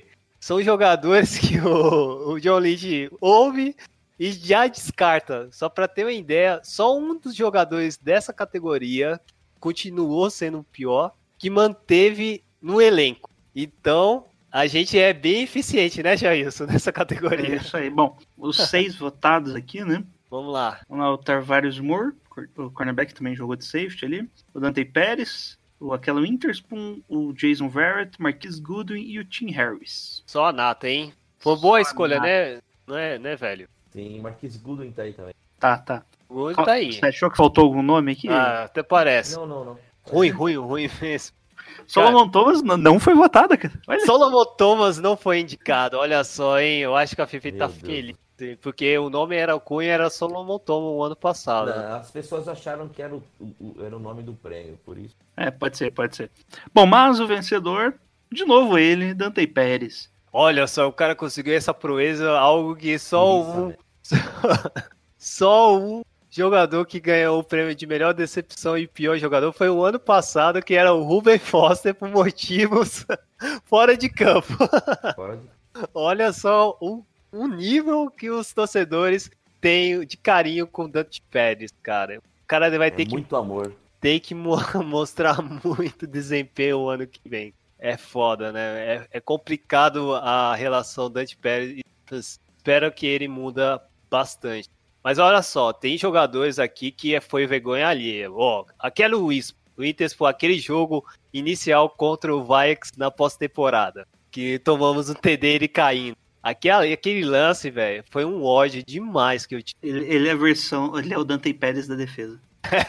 são jogadores que o John Lynch ouve e já descarta. Só para ter uma ideia, só um dos jogadores dessa categoria continuou sendo o pior, que manteve no elenco. Então, a gente é bem eficiente, né, Jailson, nessa É categoria. isso aí. Bom, os 6 votados aqui, né? Vamos lá. Vamos lá, o Tarvarius Moore, o cornerback também jogou de safety ali. O Dante Pérez, o Akello Witherspoon, o Jason Verrett, Marquise Goodwin e o Tim Harris. Só a nata, hein? Foi boa a Só a escolha, nata. né? Não é, né, velho? Sim, Marquise Goodwin tá aí também. Tá. O Goodwin tá aí. Você achou que faltou algum nome aqui? Ah, até parece. Não. Ruim mesmo. Solomon Thomas não foi votada, cara. Olha. Solomon Thomas não foi indicado, olha só, hein? Eu acho que a FIFA Meu tá Deus. feliz. Porque o nome era o Cunha, era Solomon Thomas o ano passado. Não, as pessoas acharam que era o nome do prêmio, por isso. Pode ser. Bom, mas o vencedor, de novo ele, Dante Pérez. Olha só, o cara conseguiu essa proeza, algo que só Isso, um. né? Só um jogador que ganhou o prêmio de melhor decepção e pior jogador foi o ano passado, que era o Ruben Foster, por motivos fora de campo. Fora de- Olha só o nível que os torcedores têm de carinho com o Dante Pérez, cara. O cara vai É ter muito amor. que mostrar muito desempenho o ano que vem. É foda, né? É complicado a relação Dante Pérez. Espero que ele muda bastante. Mas olha só, tem jogadores aqui que foi vergonha alheia. Ó, aquele Witherspoon, aquele jogo inicial contra o Vikings na pós-temporada, que tomamos um TD ele caindo. Aquele lance, velho, foi um ódio demais que eu tive. Ele é o Dante Pérez da defesa.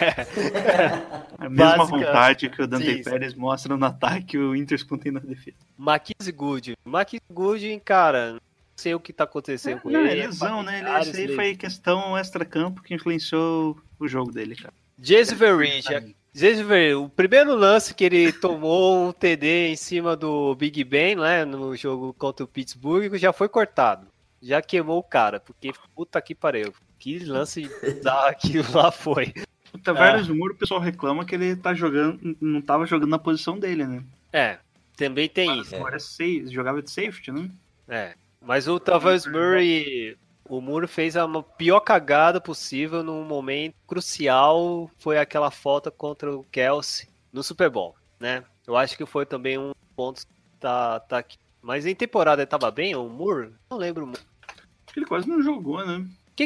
A mesma Básica. vontade que o Dante Sim. Pérez mostra no ataque, o Witherspoon tem na defesa. Marquise Goodwin, cara, não sei o que tá acontecendo com Não, ele. é lesão, né? Várias Isso aí lesões. foi questão extra-campo que influenciou o jogo dele, cara. Jesse Verrett, o primeiro lance que ele tomou um TD em cima do Big Ben, né, no jogo contra o Pittsburgh, já foi cortado. Já queimou o cara, porque puta que pariu. Que lance bizarro aquilo lá foi. O Tavares Moore, o pessoal reclama que ele tá jogando, não tava jogando na posição dele, né? É, também tem isso. Agora jogava de safety, né? É, mas o Tavares Murray, o Moore fez a pior cagada possível num momento crucial, foi aquela falta contra o Kelsey no Super Bowl, né? Eu acho que foi também um ponto que tá aqui. Mas em temporada ele tava bem, o Moore? Não lembro muito. Ele quase não jogou, né?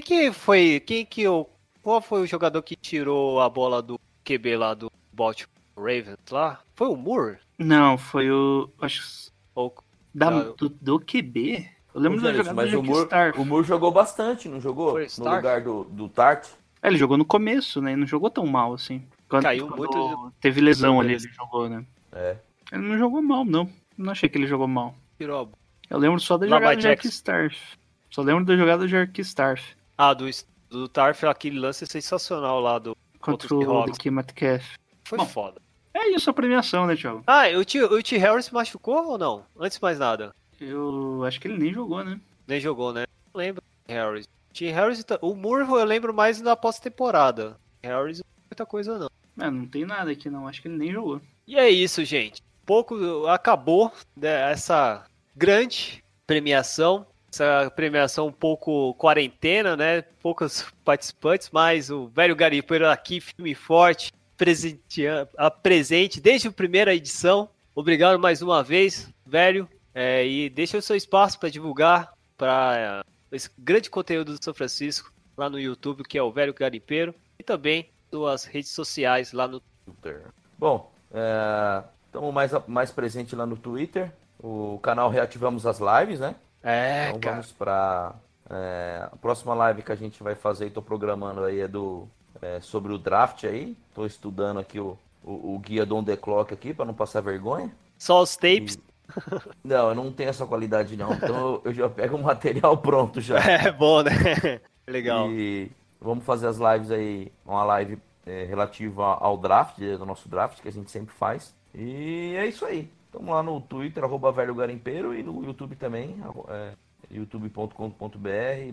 Qual foi o jogador que tirou a bola do QB lá do Baltimore Ravens lá? Foi o Moore? Não, foi o. Acho Ou da, do QB? Eu lembro da jogada mas do o Moore, Starf. o Moore jogou bastante, não jogou? Foi No Starf? lugar do Tart. Ele jogou no começo, né? Ele não jogou tão mal assim. Caiu muito. Teve lesão ali, ele jogou, né? É. Ele não jogou mal, não. Não achei que ele jogou mal. tirou a bola. Eu lembro só da Lamar jogada de Jark Jackson. Starf. Só lembro da jogada de Jark Starf. Ah, do Tarf, aquele lance sensacional lá do Contra o o Seahawks. DK Metcalf. Foi Bom. foda. É isso a premiação, né, Thiago? Ah, o T. Harris machucou ou não? Antes de mais nada. Eu acho que ele nem jogou, né? Nem jogou, né? Não lembro. Harris. T. Harris, o Moore eu lembro mais na pós-temporada. Harris não tem muita coisa não. Não tem nada aqui, não. Acho que ele nem jogou. E é isso, gente. Acabou essa grande premiação. Essa premiação um pouco quarentena, né? Poucos participantes, mas o velho garimpeiro aqui, firme e forte, presente desde a primeira edição. Obrigado mais uma vez, velho. E deixa o seu espaço para divulgar para esse grande conteúdo do São Francisco lá no YouTube, que é o Velho Garimpeiro, e também suas redes sociais lá no Twitter. Bom, estamos mais presente lá no Twitter. O canal Reativamos as Lives, né? Então cara. vamos para a próxima live que a gente vai fazer, estou programando aí, sobre o draft aí. Estou estudando aqui o guia do On The Clock aqui, para não passar vergonha. Só os tapes. Não, eu não tenho essa qualidade não, então eu já pego o material pronto já. É bom, né? Legal. E vamos fazer as lives aí, uma live relativa ao draft, do nosso draft, que a gente sempre faz. E é isso aí. Estamos lá no Twitter, @Velho Garimpeiro, e no YouTube também,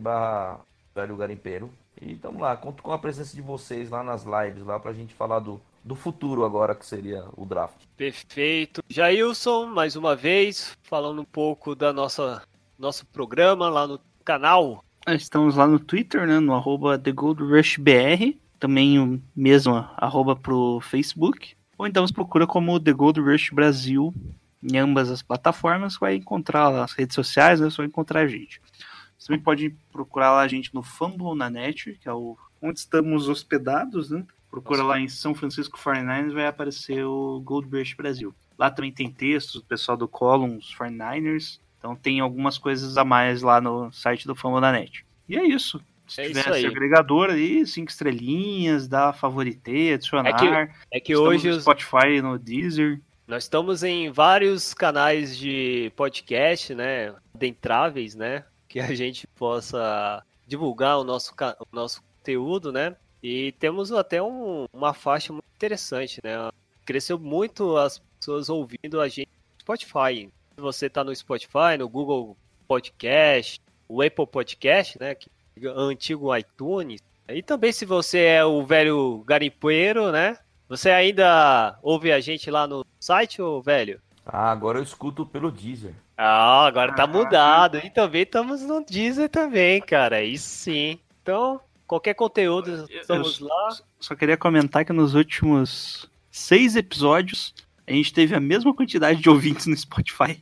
youtube.com.br/Velho Garimpeiro. E estamos lá, conto com a presença de vocês lá nas lives, lá pra gente falar do do futuro agora, que seria o draft. Perfeito. Jailson, mais uma vez, falando um pouco da nosso programa lá no canal. Estamos lá no Twitter, né, no @TheGoldRushBR, também o mesmo arroba pro Facebook, ou então você procura como The Gold Rush Brasil em ambas as plataformas, vai encontrar lá as redes sociais, né, só encontrar a gente. Você também pode procurar lá a gente no Fambonanet, que é onde estamos hospedados, né? Procura lá em São Francisco 49ers, vai aparecer o Gold Rush Brasil. Lá também tem textos do pessoal do Columns 49ers, então tem algumas coisas a mais lá no site do Fambonanet. E é isso. Se tiver esse agregador aí, 5 estrelinhas, dá favoritei, adicionar. É que hoje no Spotify, no Deezer. Nós estamos em vários canais de podcast, né? Adentráveis, né? Que a gente possa divulgar o nosso conteúdo, né? E temos até uma faixa muito interessante, né? Cresceu muito as pessoas ouvindo a gente no Spotify. Se você está no Spotify, no Google Podcast, o Apple Podcast, né? Que é o antigo iTunes. E também se você é o velho garimpeiro, né? Você ainda ouve a gente lá no site, ô velho? Ah, agora eu escuto pelo Deezer. Ah, agora tá mudado. E também estamos no Deezer também, cara. Isso sim. Então, qualquer conteúdo, estamos lá. Só queria comentar que nos últimos 6 episódios, a gente teve a mesma quantidade de ouvintes no Spotify.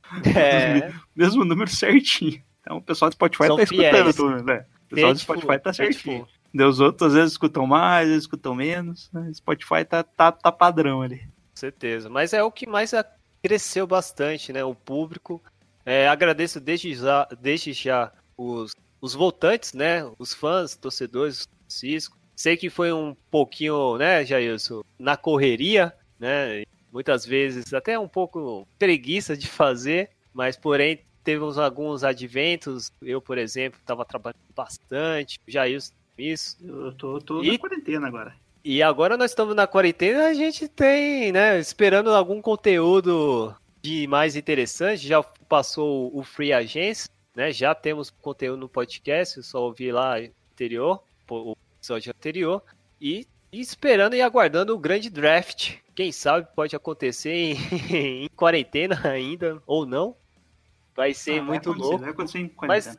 Mesmo número certinho. Então o pessoal do Spotify São tá fiéis. escutando, né? O pessoal do Spotify tá certinho. Os outros às vezes escutam mais, às vezes escutam menos. Né? Spotify tá padrão ali. Com certeza. Mas é o que mais cresceu bastante, né? O público. Agradeço desde já os voltantes, né? Os fãs, torcedores do Francisco. Sei que foi um pouquinho, né, Jailson, na correria, né? Muitas vezes até um pouco preguiça de fazer, mas porém teve alguns adventos. Eu, por exemplo, estava trabalhando bastante. O Jailson, isso. Eu tô na quarentena agora. E agora nós estamos na quarentena, a gente tem, né, esperando algum conteúdo de mais interessante. Já passou o Free Agents, né? Já temos conteúdo no podcast, só ouvi lá o episódio anterior. E esperando e aguardando o grande draft. Quem sabe pode acontecer em quarentena ainda, ou não. Vai ser muito louco. Vai acontecer em quarentena.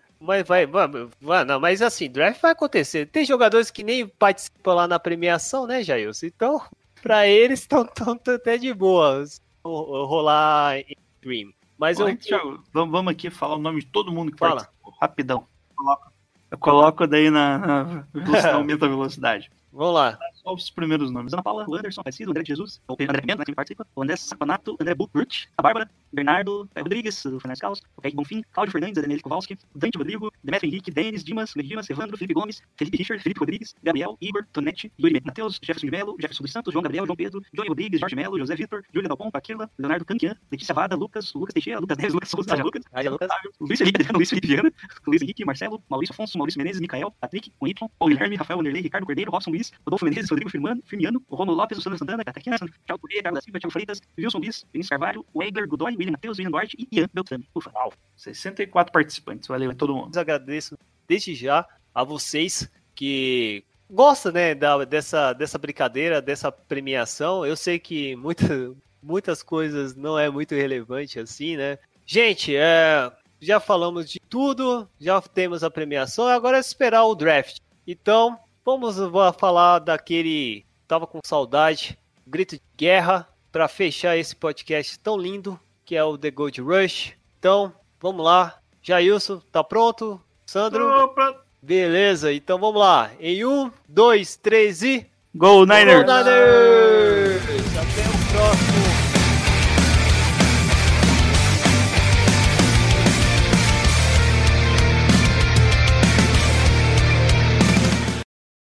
Mas assim, draft vai acontecer. Tem jogadores que nem participam lá na premiação, né, Jailson? Então, pra eles, estão até de boa rolar em stream. Mas Thiago, vamos aqui falar o nome de todo mundo que participou. Rapidão. Eu coloco daí na velocidade, aumenta a velocidade. Vamos lá. Só os primeiros nomes. Ana Paula, o Anderson, Aparecido, André de Jesus, o André Pimenta, né, que participa, o André Saconato, o André Buchert, a Bárbara, Bernardo Rodrigues, do Fernandes Caos, o Kaique Bonfim, Cláudio Fernandes, a Daniele Kowalski, o Dante Rodrigo, Demetrio Henrique, Denis, Dimas, Evandro, Felipe Gomes, Felipe Richard, Felipe Rodrigues, Gabriel, Igor, Tonete, Yuri Matheus, Jefferson de Melo, Jefferson dos Santos, João Gabriel, João Pedro, Johnny Rodrigues, Jorge Melo, José Vitor, Júlia Dalpon, Paquila, Leonardo Canquian, Letícia Vada, Lucas Teixeira, Lucas Neves, Lucas Souza, Lucas, Luiz Felipe Adriano, Luiz Felipe Viana, Luiz Henrique, Marcelo, Maurício Afonso, Maurício Menezes, Micael, Patrick, com Y, Paulo Guilherme, Rafael Wanderlei, Ricardo Cordeiro, Robson Luiz, Rodolfo Menezes, Rodrigo Firmiano, o Romulo Lopes, o Sandro Santana, Cataquina, Thiago Correia, Carlos da Silva, Thiago Freitas, Wilson Bis, Vinícius Carvalho, o Egler, Godoy, William Matheus, William Duarte e Ian Beltrame. Ufa. Uau. 64 participantes, valeu a todo mundo. Eu agradeço desde já a vocês que gostam, né, dessa brincadeira, dessa premiação. Eu sei que muitas coisas não é muito relevante assim, né? Gente, já falamos de tudo, já temos a premiação, agora é esperar o draft. Então, vamos falar daquele... Tava com saudade, grito de guerra, para fechar esse podcast tão lindo, que é o The Gold Rush. Então, vamos lá. Jailson, tá pronto? Sandro? Opa. Beleza, então vamos lá. Em 1, 2, 3 e... Go Niners! Go Niners!